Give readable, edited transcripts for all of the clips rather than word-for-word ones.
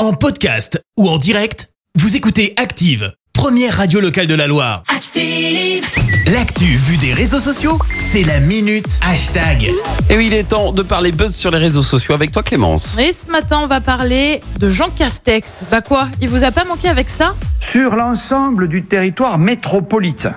En podcast ou en direct, vous écoutez Active, première radio locale de la Loire. Active! L'actu vue des réseaux sociaux, c'est la minute hashtag. Et oui, il est temps de parler buzz sur les réseaux sociaux avec toi, Clémence. Et ce matin, on va parler de Jean Castex. Bah quoi, il vous a pas manqué avec ça ? Sur l'ensemble du territoire métropolitain,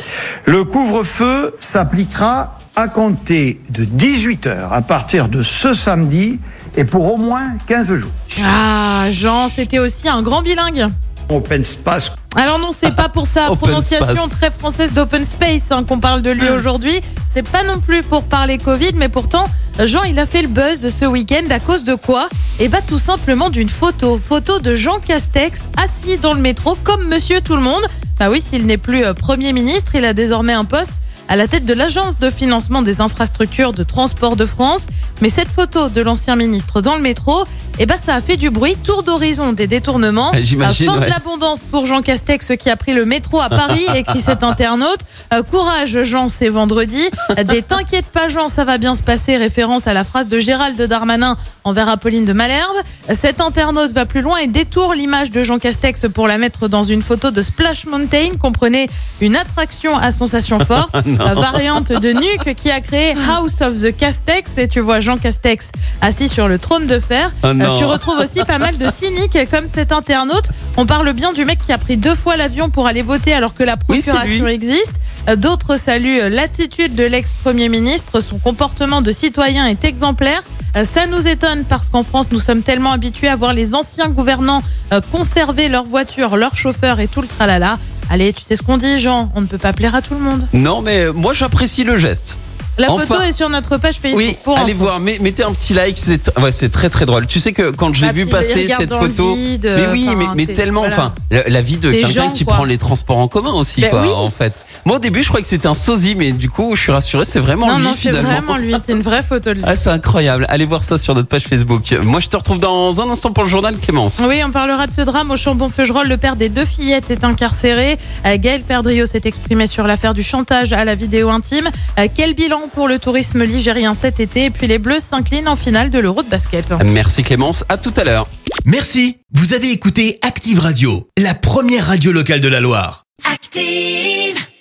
le couvre-feu s'appliquera à compter de 18h à partir de ce samedi et pour au moins 15 jours. Ah, Jean, c'était aussi un grand bilingue. Open Space. Alors non, c'est pas pour sa Open prononciation space. très française d'open space qu'on parle de lui aujourd'hui. C'est pas non plus pour parler Covid, mais pourtant, Jean, il a fait le buzz ce week-end à cause de quoi ? Eh bah tout simplement d'une photo de Jean Castex assis dans le métro comme Monsieur Tout le Monde. Bah oui, s'il n'est plus Premier ministre, il a désormais un poste à la tête de l'Agence de financement des infrastructures de transport de France. Mais cette photo de l'ancien ministre dans le métro, eh ben, ça a fait du bruit. Tour d'horizon des détournements. J'imagine, Fin de ouais. l'abondance pour Jean Castex qui a pris le métro à Paris, écrit cet internaute. Courage Jean, c'est vendredi. Des t'inquiète pas Jean, ça va bien se passer. Référence à la phrase de Gérald Darmanin envers Apolline de Malherbe. Cet internaute va plus loin et détourne l'image de Jean Castex pour la mettre dans une photo de Splash Mountain. Comprenez, une attraction à sensation forte. Variante de nuque qui a créé House of the Castex. Et tu vois Jean Castex assis sur le trône de fer. Oh non. Tu retrouves aussi pas mal de cyniques comme cet internaute. On parle bien du mec qui a pris 2 fois l'avion pour aller voter alors que la Oui, c'est procuration lui. existe. D'autres saluent l'attitude de l'ex-premier ministre. Son comportement de citoyen est exemplaire. Ça nous étonne parce qu'en France, nous sommes tellement habitués à voir les anciens gouvernants conserver leur voiture, leur chauffeur et tout le tralala. Allez, tu sais ce qu'on dit, Jean, on ne peut pas plaire à tout le monde. Non, mais moi j'apprécie le geste. La Enfin. photo est sur notre page Facebook. Oui, pour allez info. voir, mettez un petit like, c'est très très drôle. Tu sais que quand j'ai Ah, vu puis il passer regarde cette dans le photo, vide, mais oui, enfin, mais c'est- tellement, voilà. enfin, la vie de Des quelqu'un gens, qui quoi. prend les transports en commun aussi, Ben quoi, oui. en fait. Moi au début, je croyais que c'était un sosie, mais du coup, je suis rassuré, c'est vraiment Non, lui non, c'est finalement. vraiment lui. C'est une vraie photo de lui. Ah, c'est incroyable. Allez voir ça sur notre page Facebook. Moi, je te retrouve dans un instant pour le journal, Clémence. Oui, on parlera de ce drame au Chambon-Feugerolles. Le père des 2 fillettes est incarcéré. Gaël Perdriau s'est exprimé sur l'affaire du chantage à la vidéo intime. Quel bilan pour le tourisme ligérien cet été ? Et puis les Bleus s'inclinent en finale de l'Euro de basket. Merci Clémence, à tout à l'heure. Merci, vous avez écouté Active Radio, la première radio locale de la Loire. Active.